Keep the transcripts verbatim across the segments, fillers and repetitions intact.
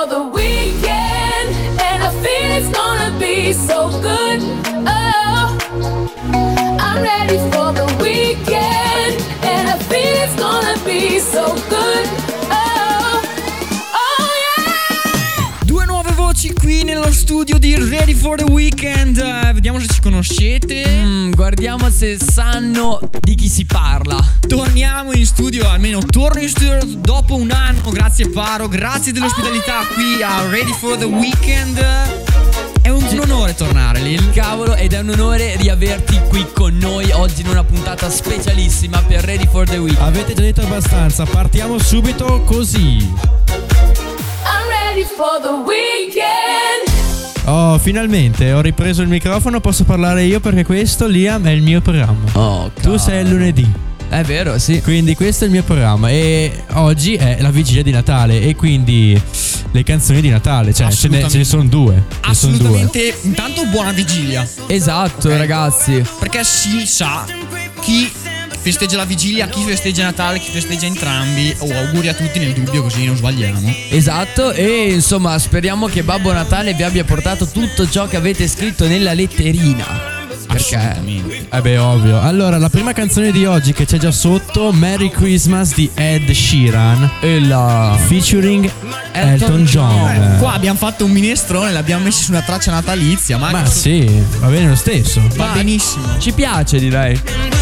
for the weekend, and I feel it's gonna be so good. Oh, I'm ready for the weekend, and I feel it's gonna be so good. Oh, oh yeah! Due nuove voci qui nello studio di Ready for the Weekend. Uh, vediamo se ci conoscete. Mm, guardiamo se sanno di chi si parla. Torniamo in studio, almeno torno in studio dopo un anno. Grazie Paro, grazie dell'ospitalità qui a Ready for the Weekend. È un, un onore tornare Lil. Cavolo, ed è un onore riaverti qui con noi oggi in una puntata specialissima per Ready for the Weekend. Avete già detto abbastanza, partiamo subito così. I'm ready for the weekend. Oh, finalmente ho ripreso il microfono, posso parlare io perché questo, Liam, è il mio programma. Oh, Tu sei il lunedì. È vero, sì. Quindi questo è il mio programma e oggi è la vigilia di Natale e quindi le canzoni di Natale, cioè ce ne, ce ne sono due. Ce ne sono due. Assolutamente. Intanto buona vigilia. Esatto, Ok. ragazzi. Perché si sa chi festeggia la vigilia, chi festeggia Natale, chi festeggia entrambi. Oh, auguri a tutti nel dubbio, così non sbagliamo. Esatto, e insomma speriamo che Babbo Natale vi abbia portato tutto ciò che avete scritto nella letterina. Perché? Assolutamente. Eh beh, ovvio. Allora, la prima canzone di oggi che c'è già sotto, Merry Christmas di Ed Sheeran, E la featuring Elton John. Qua abbiamo fatto un minestrone, l'abbiamo messo su una traccia natalizia. Ma, Ma anche- sì, va bene lo stesso. va benissimo. ci piace, direi.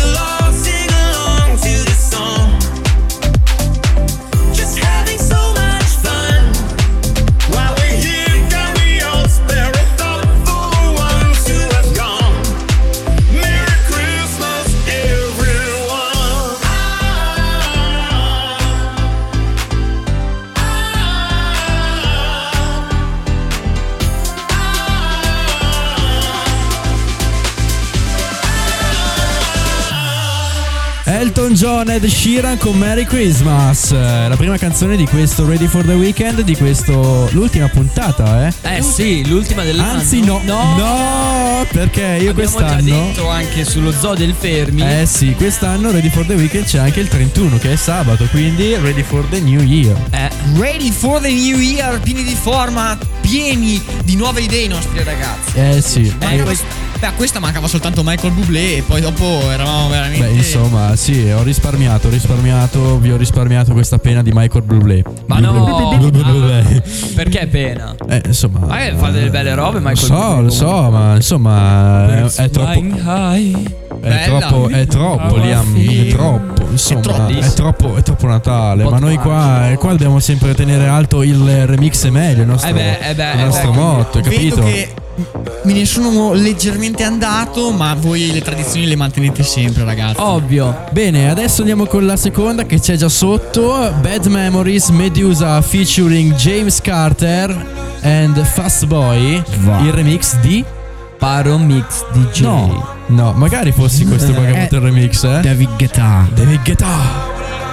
Elton John, Ed Sheeran con Merry Christmas. Eh, La prima canzone di questo Ready for the Weekend, di questo l'ultima puntata, eh? Eh sì, l'ultima dell'anno. Anzi no, no, no, perché io Abbiamo già quest'anno detto anche sullo zoo del Fermi. Eh sì, quest'anno Ready for the Weekend c'è anche il trentuno che è sabato, quindi Ready for the New Year. Eh, Ready for the new year, pieni di forma, pieni di nuove idee i nostri ragazzi. Eh sì. Ma Eh, quest- beh, a questa mancava soltanto Michael Bublé e poi dopo eravamo veramente. Beh, insomma, sì, ho risparmiato, ho risparmiato, vi ho risparmiato questa pena di Michael Bublé. Ma no. Bublé. perché pena? Eh, insomma. Ma che fa delle belle robe, Lo Michael so, Bublé, lo so, ma insomma è, è troppo Flying high. è Bella. troppo, è troppo, Liam, è troppo, insomma, troppo. è troppo, è troppo Natale, Un po' ma noi troppo. qua, qua dobbiamo sempre tenere alto il remix è meglio, il nostro, Eh beh, eh beh, il eh nostro beh. motto, hai Vedo capito? che me ne sono leggermente andato, ma voi le tradizioni le mantenete sempre, ragazzi. Ovvio. Bene, adesso andiamo con la seconda che c'è già sotto, Bad Memories, Medusa featuring James Carter and Fast Boy, Va. il remix di... Paro Mix D J. No, no, magari fossi questo qua che ha fatto il remix, eh? David Guetta. David Guetta.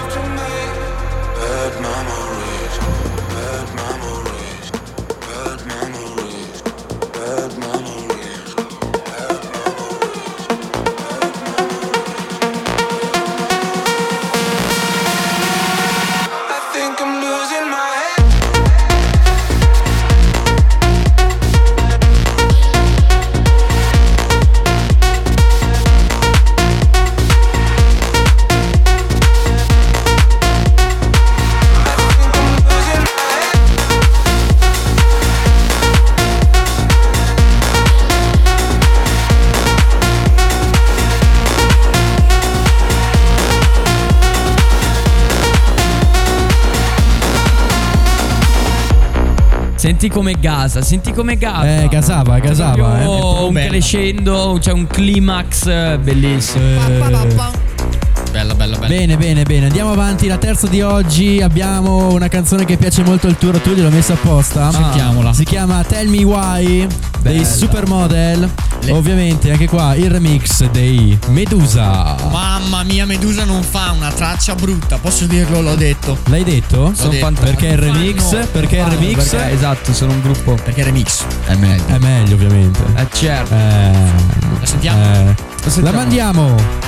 Senti come gasa, senti come gasa. Eh, gasava, gasava, eh. Oh, un bella. crescendo, c'è un climax eh, bellissimo. Bella, bella, bella. Bene, bene, bene. Andiamo avanti. La terza di oggi abbiamo una canzone che piace molto al tuo. Tu gliel'ho messa apposta. Sentiamola. Si chiama Tell Me Why dei Bella. Supermodel. Le- Ovviamente anche qua il remix dei Medusa. Mamma mia, Medusa non fa una traccia brutta, posso dirlo, l'ho detto. L'hai detto? Sono detto. fantastici. Perché il remix? Fanno- Perché il fanno, remix Perché, esatto, sono un gruppo. Perché remix è meglio. è meglio, ovviamente. Eh certo. Eh, La sentiamo? eh. Lo La sentiamo. mandiamo.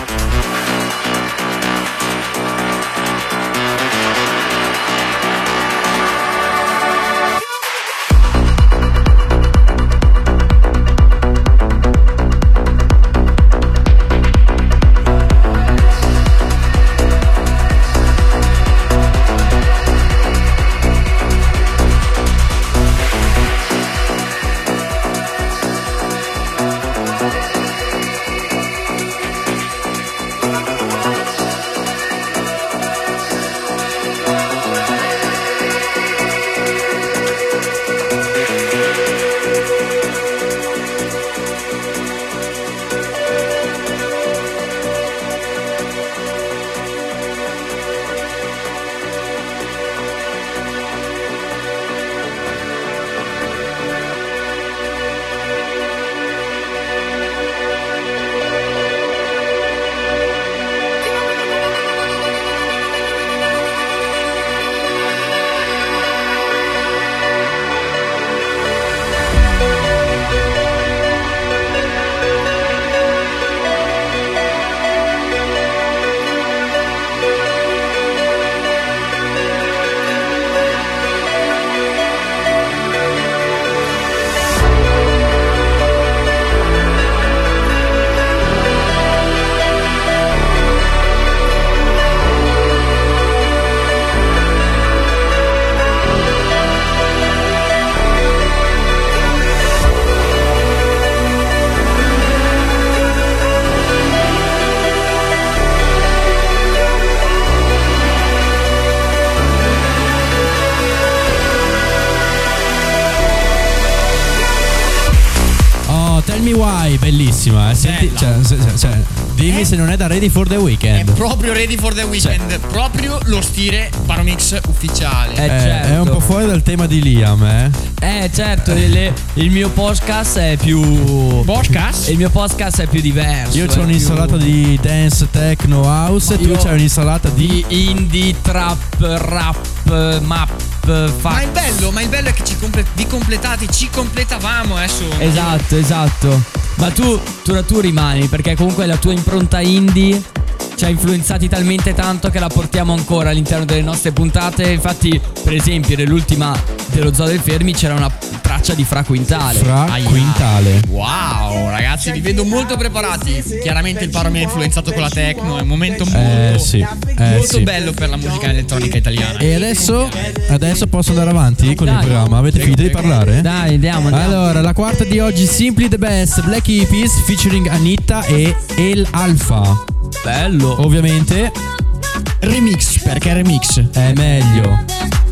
Why, bellissima. Eh. Senti, cioè, se- se- cioè, dimmi Eh. se non è da Ready for the È Weekend. proprio Ready for the Weekend, proprio lo stile Paromix ufficiale. Eh, Eh, certo. È un po' fuori dal tema di Liam, eh. Eh certo, il, il mio podcast è più Podcast? Il mio podcast è più diverso. Io è ho più un'insalata di dance, techno, house, e tu Io- c'hai un'insalata di. di indie, trap, rap, map, fax. Ma il bello, ma il bello è che ci comple- vi completate, ci completavamo adesso. Esatto, esatto. Ma tu, tu, tu rimani perché comunque la tua impronta indie ci ha influenzati talmente tanto che la portiamo ancora all'interno delle nostre puntate. Infatti, per esempio, nell'ultima dello Zoo del Fermi c'era una traccia di Fra Quintale. Fra Ai, Quintale. Wow, ragazzi, vi vedo molto preparati. Chiaramente il Paro mi ha influenzato con la techno, è un momento molto, Eh, sì, eh, molto sì. bello per la musica elettronica italiana. E adesso, adesso posso andare avanti con il Dai. programma? Avete finito di parlare? Dai, andiamo, andiamo. Allora, la quarta di oggi, Simply the Best, Black Eyed Peas featuring Anitta e El Alfa. Bello. Ovviamente Remix, perché remix? è meglio.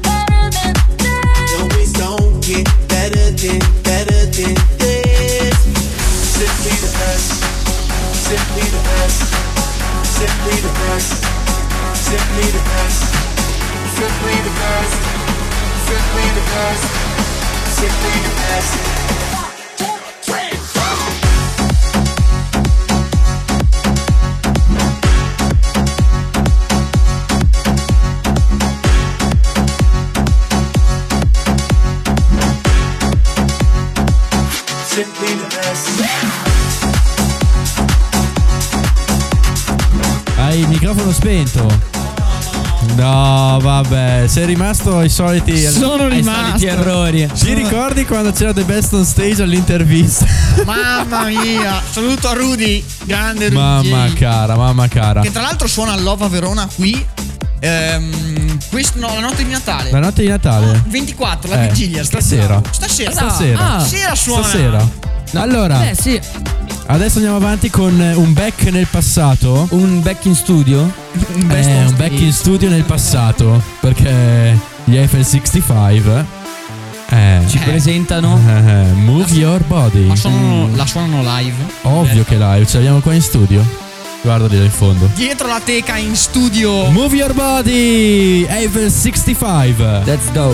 No, it don't get better than, better than this. Simply the best, simply the best, simply the best, simply the best, simply the best, simply the best, simply the best. Simply the best. Hai il microfono spento. No, vabbè, sei rimasto ai soliti. Sono Ai soliti errori. Ti ricordi quando c'era The Best on Stage all'intervista? Mamma mia, saluto a Rudy, grande Rudy. Mamma J. cara, mamma cara. Che tra l'altro suona all'Ova Verona qui. Ehm, questo, no, la notte di Natale. La notte di Natale. ventiquattro, la Eh, vigilia. stasera. scherzavo. Stasera. Stasera. Ah, Stasera suona. Stasera. Allora, Eh sì, adesso andiamo avanti con un back nel passato. un back in studio. Un best Eh, of un back in studio nel passato. Perché gli Eiffel sessantacinque eh, Ci Eh. presentano. eh, Move Your Body. Ma suonano, la suonano live. Ovvio che live, ce l'abbiamo qua in studio. Guardali là in fondo. Dietro la teca in studio. Move Your Body, Eiffel sessantacinque. Let's go.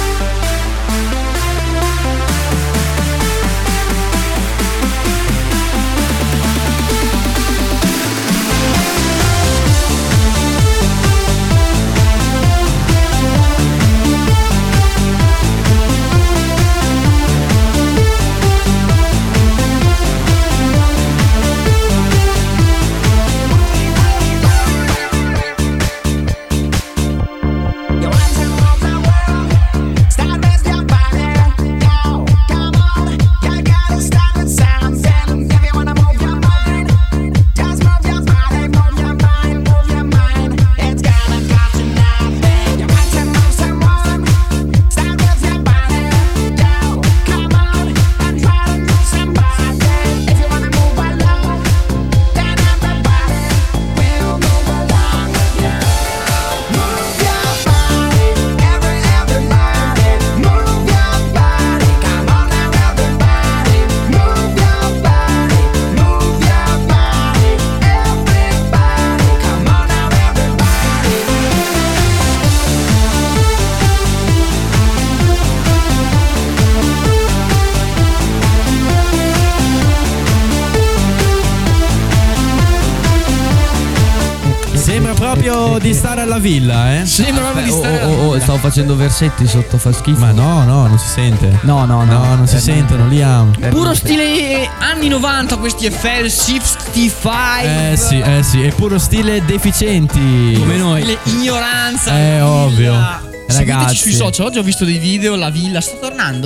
Sembra proprio di stare alla villa, eh? Sembra proprio di Oh, stare. oh, oh, stavo facendo versetti sotto, fa schifo. Ma no, no, non si sente. No, no, no. No, non si Eh, sentono, Liam. eh, Puro no. stile anni novanta questi Eiffel sessantacinque. Eh sì, eh sì, è puro stile deficienti. Come noi. Le ignoranza. Eh, la ovvio. villa. Seguiteci Ragazzi. sui social. Oggi ho visto dei video. La villa sta tornando.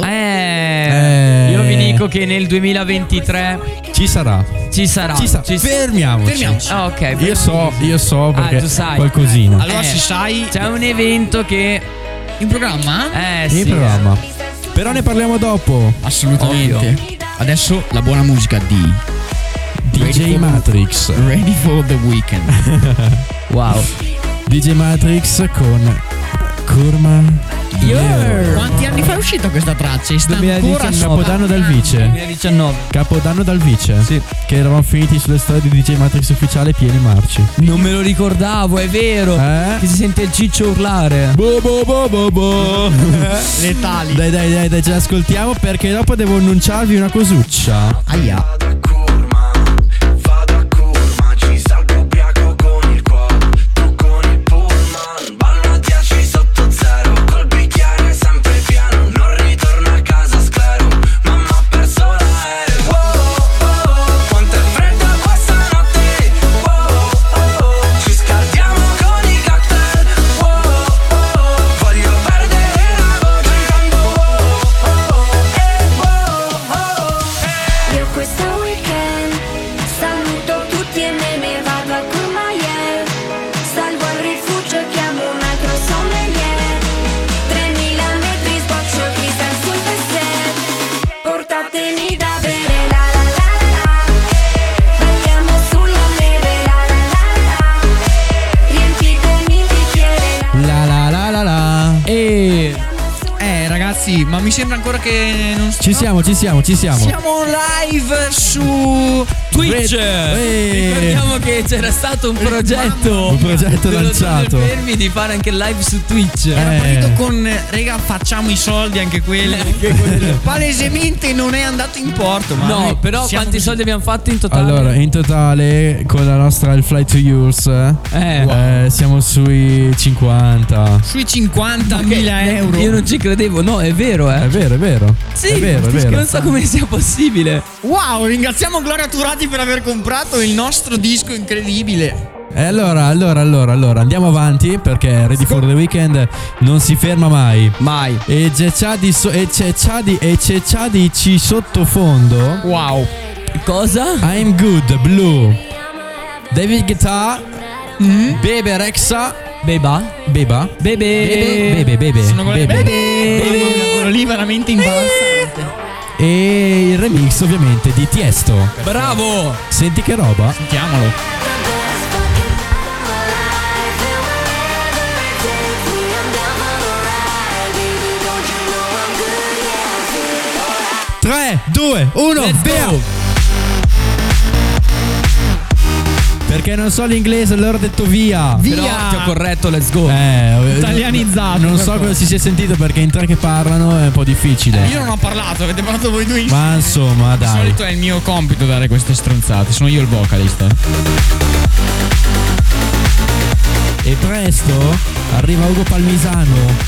Eh, Eh. io vi dico che nel duemilaventitré Ci sarà. ci sarà. Ci sarà. Ci sa- Fermiamoci. Fermiamoci. Ah, ok. Io so, io so perché Ah, tu sai. qualcosina. Allora, Eh. se sai, C'è un evento che. in programma? Eh In sì. programma. Però ne parliamo dopo. Assolutamente. Ovvio. Adesso la buona musica di D J Ready for- Matrix. Ready for the Weekend. Wow. D J Matrix con Kurma. Yeah. Quanti anni fa è uscita questa traccia? E sta ancora duemiladiciannove. su Capodanno dal vice. duemiladiciannove. Capodanno dal vice. Sì. Che eravamo finiti sulle storie di D J Matrix ufficiale pieni marci. Non me lo ricordavo, è vero. Eh? Che si sente il ciccio urlare. Bo bo bo bo bo. letali. Dai dai dai dai, ce l'ascoltiamo perché dopo devo annunciarvi una cosuccia. Aia. Vado a curma, vado a curma, ci salgo ubriaco con il quad, tu con il pullman, ballo a dieci sotto zero, col bicchiere sempre pieno, non ritorno a casa sclero, mamma ha perso l'aereo. Wow, oh, oh, quanto è fredda questa notte, wow, oh, oh, ci scaldiamo con i cocktail, wow, oh, oh, voglio perdere la voce cantando wow, oh, oh, eh, wow, oh, oh. Io questo weekend saluto tutti e me ne vado a Courmayeur. Salgo al rifugio e chiamo un altro sommelier. Tremila metri sboccio cristal sul vesset. Portatemi da bere la la la la la. Balliamo sulla neve la la la la la. Riempitemi il bicchiere la La la la la la. E Eh ragazzi, ma mi sembra ancora che non Ci siamo, ci siamo, ci siamo. Siamo live su Twitch. Eh. Ricordiamo che c'era stato un progetto. Un progetto dello lanciato. Zone Fermi di fare anche live su Twitch. Era Eh. partito con rega, facciamo i soldi anche quelli. Palesemente non è andato in porto. Ma No, noi però siamo quanti così. soldi abbiamo fatto in totale? Allora, in totale con la nostra Il Fly to Yours Eh. eh, siamo sui cinquanta. Sui cinquantamila euro. Io non ci credevo, no, è vero, eh. È vero, è vero. Sì, è vero, è vero. non so come sia possibile. Wow, ringraziamo Gloria Turati per aver comprato il nostro disco incredibile. E allora, allora, allora, allora andiamo avanti perché Ready for the Weekend non si ferma mai. Mai. E c'è Chadi so- e c'è Chadi e c'è Chadi ci sottofondo. Wow. Cosa? I'm Good Blue. David Guetta. Bebe Rexha. Beba? Beba. Bebe. Bebe, bebe. Sono quelle bebe. Mamma mia, quello lì veramente imbarazzante. E il remix ovviamente di Tiesto. Bravo. Senti che roba. Sentiamolo. tre, due, uno, Let's via. go. Perché non so l'inglese, allora ho detto via. Via. Però ti ho corretto, let's go. Eh, Italianizzato. Non so cosa si sia sentito perché in tre che parlano è un po' difficile. Io non ho parlato, avete parlato voi due insieme. Ma insomma, Di dai. solito è il mio compito dare queste stronzate. Sono io il vocalist. E presto arriva Ugo Palmisano.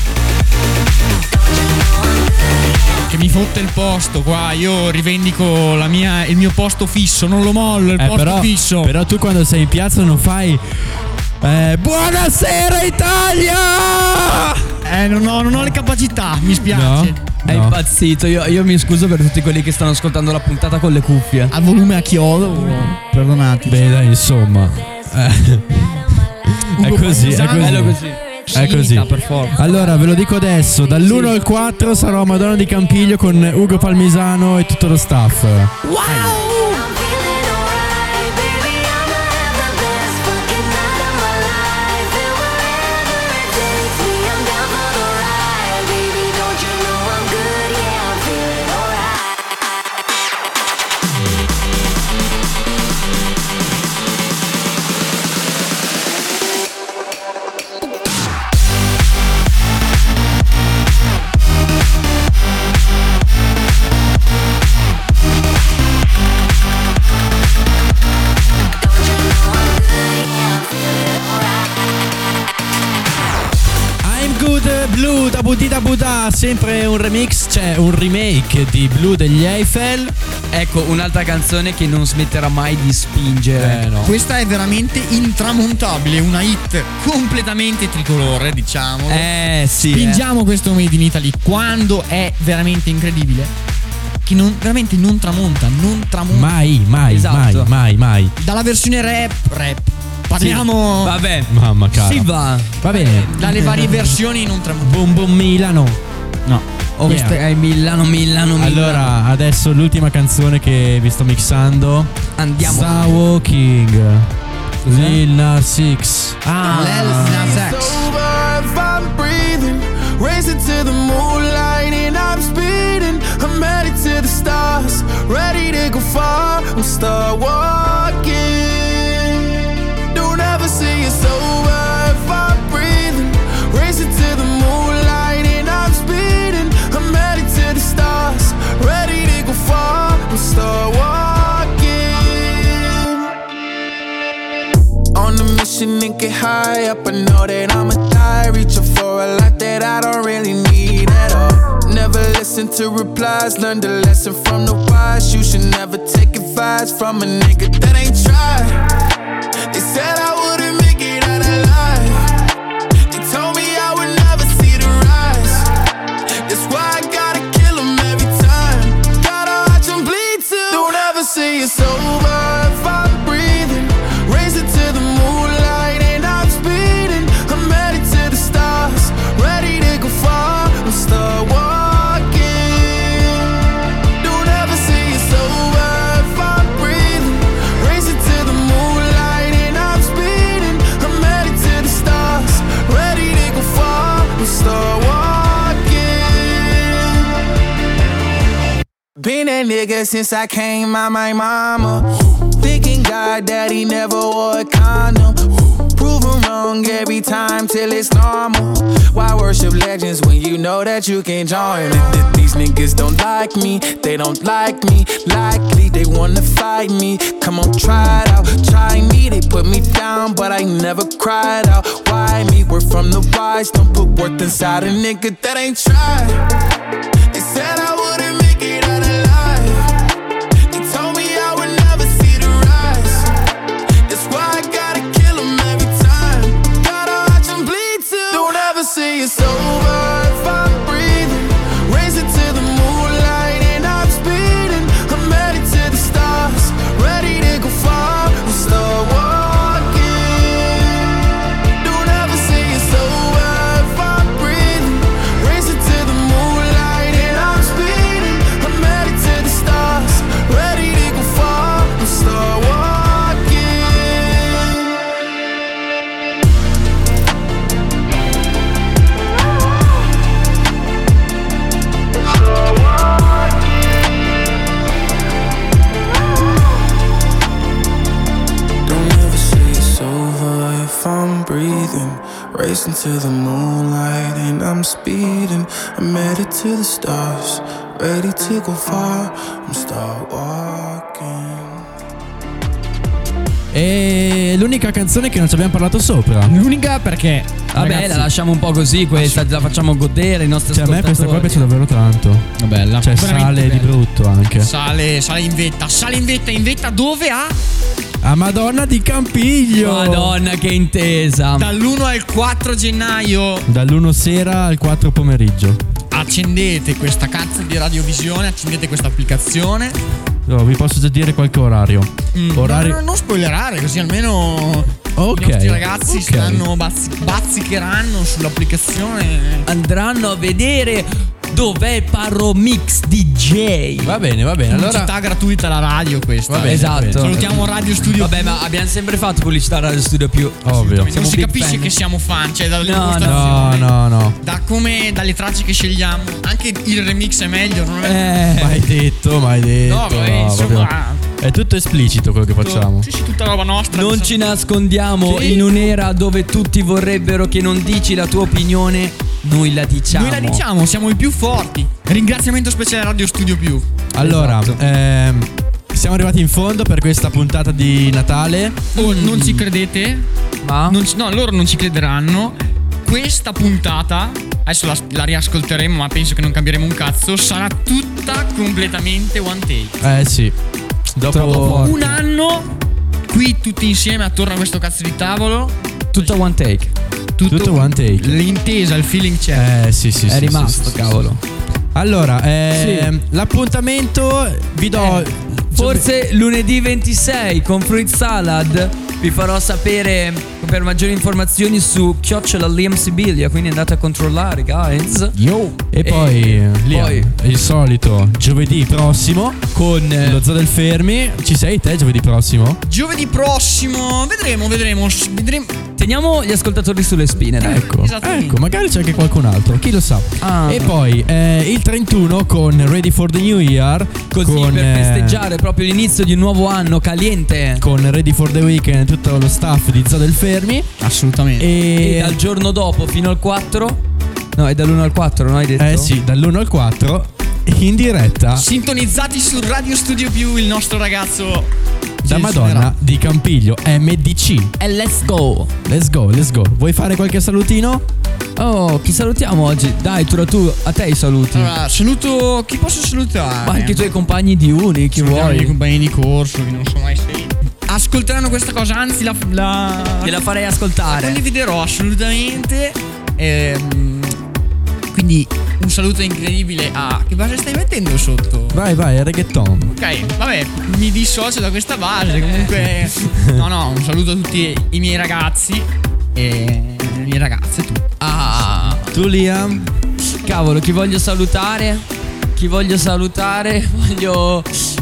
Che mi fotte il posto qua. Io rivendico la mia, il mio posto fisso. Non lo mollo, il Eh, posto però, fisso. però tu quando sei in piazza non fai eh, buonasera Italia! Eh, non ho, non ho le capacità, mi spiace. No? È No. impazzito. Io, io mi scuso per tutti quelli che stanno ascoltando la puntata con le cuffie. A volume a chiodo. Perdonati. Beh, dai, insomma. Eh. È così, è così. Bello così. È così. Imita, per forza. Allora, ve lo dico adesso, dall'uno al quattro sarò Madonna di Campiglio con Ugo Palmisano e tutto lo staff. I'm feeling alright, baby. I'ma have the best fucking night of my life. And wherever it takes me, I'm down for the ride, baby. Don't you know I'm good? Yeah, I'm feeling alright. I'm Good Blue da Budi da Buddha, sempre un remix, c'è un remake di Blue degli Eiffel. Ecco, un'altra canzone che non smetterà mai di spingere. Eh no. Questa è veramente intramontabile. Una hit completamente tricolore, diciamo. Eh sì. Spingiamo questo Made in Italy quando è veramente incredibile. Che non, veramente non tramonta, non tramonta. Mai, mai, Esatto. mai, mai, mai. Dalla versione rap, rap. Sì. Parliamo Vabbè. Mamma cara. Si va. Va bene. dalle varie versioni non tramonta. Boom boom Milano. No. Oh, questo è Milano, Milano, Milano. Allora, adesso l'ultima canzone che vi sto mixando. andiamo. Star Walking. Lil Nas X. Ah, Lil Nas X. Sober if I'm breathing, racing to the moonlight and I to go far, I'm start walking. Don't ever say it's over if I'm breathing. Racing to the moonlight and I'm speeding. I'm headed to the stars, ready to go far, I'm start walking. On a mission and get high up, I know that I'ma die. Reaching for a lot that I don't really need at all. Never listen to replies, learn the lesson from the wise. You should never take advice from a nigga that ain't tried. They said I wouldn't make it out alive. They told me I would never see the rise. That's why I gotta kill them every time. Gotta watch them bleed too. Don't ever say it's over if I'm breathing. Racing to the moonlight and I'm speeding. I'm headed to the stars, ready to go far, I'm start walking. Don't ever say it's over if I'm breathing. Racing to the moonlight and I'm speeding. I'm headed to the stars, ready to go far, I'm start walking. Been that nigga since I came out my mama. Thinking God that he never wore a condom. Proven wrong every time till it's normal. Why worship legends when you know that you can join? These niggas don't like me, they don't like me. Likely they wanna fight me. Come on, try it out, try me. They put me down, but I never cried out. Why me? We're from the wise. Don't put worth inside a nigga that ain't tried. They said I wouldn't make it out alive. They told me I would never see the rise. That's why I gotta kill them every time. Gotta watch them bleed too. Don't ever say it's over if I'm breathing. Racing to the moonlight and I'm speeding. I'm headed to the stars, ready to go far, I'm start walking. Don't ever say it's over if I'm breathing. Racing to the moonlight and I'm speeding. I'm headed to the stars, ready to go far, I'm start walking. Don't ever say it's over if I'm breathing. Racing to the moonlight and I'm speeding. I'm headed to the stars, ready to go far, I'm start walking. E l'unica canzone che non ci abbiamo parlato sopra. L'unica perché Vabbè, ragazzi, la lasciamo un po' così, questa la facciamo godere ai nostri Cioè, a me ascoltatori. questa qua piace davvero tanto. è bella. Cioè, Veramente sale di bella. brutto anche. Sale, sale in vetta, sale in vetta, in vetta dove ha? A Madonna di Campiglio. Madonna, che intesa. Dall'uno al quattro gennaio Dall'uno sera al quattro pomeriggio. accendete questa cazzo di radiovisione, accendete questa applicazione. Oh, vi posso già dire qualche orario. Mm, Orario. no, no, non spoilerare, così almeno Ok, i nostri ragazzi ok. stanno bazzi- bazzicheranno sull'applicazione. Andranno a vedere dov'è Parro Mix D J. Va bene, va bene. Allora, Pubblicità gratuita alla radio questa. Va bene, esatto. va bene. Salutiamo Radio Studio. Vabbè, ma abbiamo sempre fatto pubblicità Radio Studio più. ovvio. Non siamo si big capisce fan. che siamo fan, cioè dalle No, No, impostazioni, no, no. da come dalle tracce che scegliamo. Anche il remix è meglio, non è? Eh, Mai detto, mai detto. No, vabbè, no, insomma, proprio- È tutto esplicito quello che facciamo. Sì, sì, tutta roba nostra. non insomma. ci nascondiamo Sì. in un'era dove tutti vorrebbero che non dici la tua opinione, noi la diciamo. Noi la diciamo, siamo i più forti. Ringraziamento speciale a Radio Studio Più. Allora, Esatto. ehm, siamo arrivati in fondo per questa puntata di Natale. Oh, non ci credete? Ma Non ci- no, loro non ci crederanno. Questa puntata, adesso la, la riascolteremo, ma penso che non cambieremo un cazzo. Sarà tutta completamente one take. Eh sì. Troppo Dopo forte. Un anno qui tutti insieme attorno a questo cazzo di tavolo. tutta one take. Tutto one take. L'intesa, il feeling c'è. Eh sì, sì, È sì, rimasto, sì, sì, cavolo. sì. Allora, ehm, l'appuntamento vi do Eh, Forse lunedì ventisei con Fruit Salad vi farò sapere per maggiori informazioni su chiocciola Liam Sibilia, quindi andate a controllare, guys. Yo. E E poi, Liam, poi- il solito giovedì prossimo Con eh, lo Zoo del Fermi. Ci sei te giovedì prossimo? Giovedì prossimo vedremo, vedremo, vedremo. teniamo gli ascoltatori sulle spine, dai. Ecco, Esattamente. ecco, magari c'è anche qualcun altro, chi lo sa. Ah. E poi eh, il trentuno con Ready for the New Year. Così con, per eh, festeggiare proprio l'inizio di un nuovo anno caliente. con Ready for the Weekend, tutto lo staff di Zoo del Fermi. Assolutamente. E E dal giorno dopo fino al quattro. No, è dall'uno al quattro, no? Hai detto? eh sì, dall'uno al quattro in diretta Sintonizzati su Radio Studio Più, il nostro ragazzo da ci Madonna suonerà. di Campiglio M D C. E let's go. Let's go, let's go. Vuoi fare qualche salutino? Oh, chi salutiamo oggi? Dai, tu, tu a te i saluti. Allora, saluto. Chi posso salutare? Ma anche i tuoi compagni di uni, chi Salutiamo i miei vuoi. compagni di corso, che non so mai se ascolteranno questa cosa, anzi la, la, Te la farei la ascoltare. condividerò assolutamente. Ehm, quindi un saluto incredibile a... Che base stai mettendo sotto? Vai, vai, reggaeton. Ok, vabbè, mi dissocio da questa base. Comunque, no, no, un saluto a tutti i miei ragazzi e le mie ragazze, tu. Ah, Tu Liam? cavolo, chi voglio salutare? Chi voglio salutare? Voglio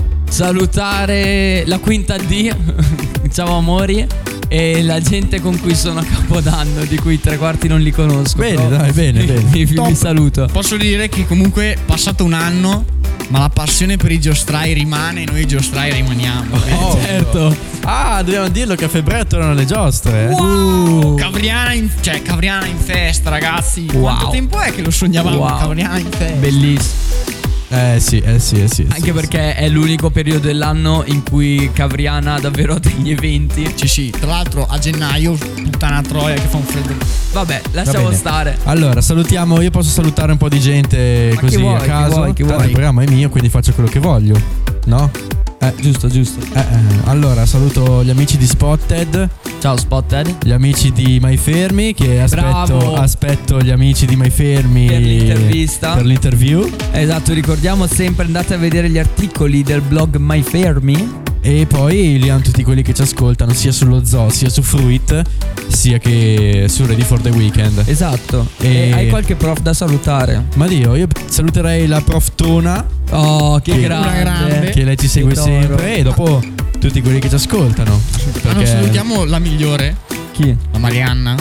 salutare la quinta D. Ciao amori. E la gente con cui sono a Capodanno, di cui tre quarti non li conosco. Bene, però dai, bene, vi- bene. Vi, Top. vi saluto. Posso dire che comunque passato un anno, ma la passione per i giostrai rimane e noi i giostrai rimaniamo. Oh, certo. Ah, dobbiamo dirlo che a febbraio tornano le giostre. eh. Wow! Cavriana in, cioè Cavriana in festa, ragazzi. Quanto Wow. tempo è che lo sognavamo? Wow. Cavriana in festa. Bellissimo. Eh sì, eh sì, eh sì. Anche perché è l'unico periodo dell'anno in cui Cavriana ha davvero degli eventi. Sì, sì. Tra l'altro a gennaio, puttana troia, che fa un freddo. Vabbè, Va lasciamo bene. stare. Allora, salutiamo, io posso salutare un po' di gente Ma così chi vuoi, a chi caso. vuoi, chi Tanto vuoi. il programma è mio, quindi faccio quello che voglio. No? Eh, Giusto, giusto. eh, eh. Allora, saluto gli amici di Spotted, Ciao Spotted. gli amici di My Fermi, che aspetto, Bravo. aspetto gli amici di My Fermi Per l'intervista. per l'interview. Esatto, ricordiamo sempre andate a vedere gli articoli del blog My Fermi. E poi li hanno tutti quelli che ci ascoltano sia sullo Zoo, sia su Fruit, sia che su Ready for the Weekend. Esatto. E- E hai qualche prof da salutare? Ma Dio, io saluterei la prof Tona, Oh, che Che- grande. grande. che lei ci segue Che sempre, e dopo tutti quelli che ci ascoltano. Ma non salutiamo la migliore, Chi? la Marianna.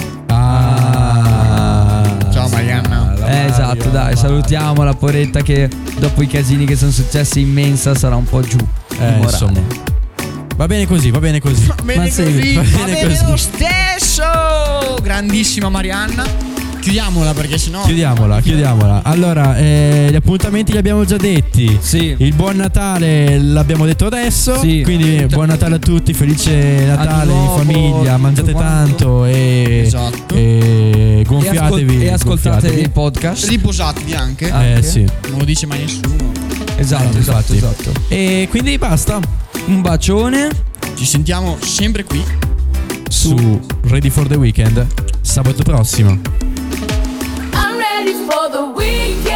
Ah, Ciao, Marianna. la Eh, Mario, esatto, la dai, Mario. salutiamo la poretta che dopo i casini che sono successi in mensa sarà un po' giù. di Eh, morale. insomma. Va bene così, va bene così. Va bene Ma sì, così, va va bene bene così. lo stesso. Grandissima Marianna. Chiudiamola perché sennò Chiudiamola, chiudiamola. Allora, eh, gli appuntamenti li abbiamo già detti. Sì. Il buon Natale l'abbiamo detto adesso. Sì. Quindi buon Natale a tutti, felice Natale in nuovo, famiglia, mangiate tutto quanto. tanto e, Esatto. e E, gonfiatevi. ascol- e ascoltate gonfiatevi. il podcast. riposatevi anche. Ah. Eh anche. sì. Non lo dice mai nessuno. Esatto, Eh, esatto, infatti. esatto. E quindi basta. Un bacione. Ci sentiamo sempre qui. Su Ready for the Weekend sabato prossimo. I'm ready for the weekend.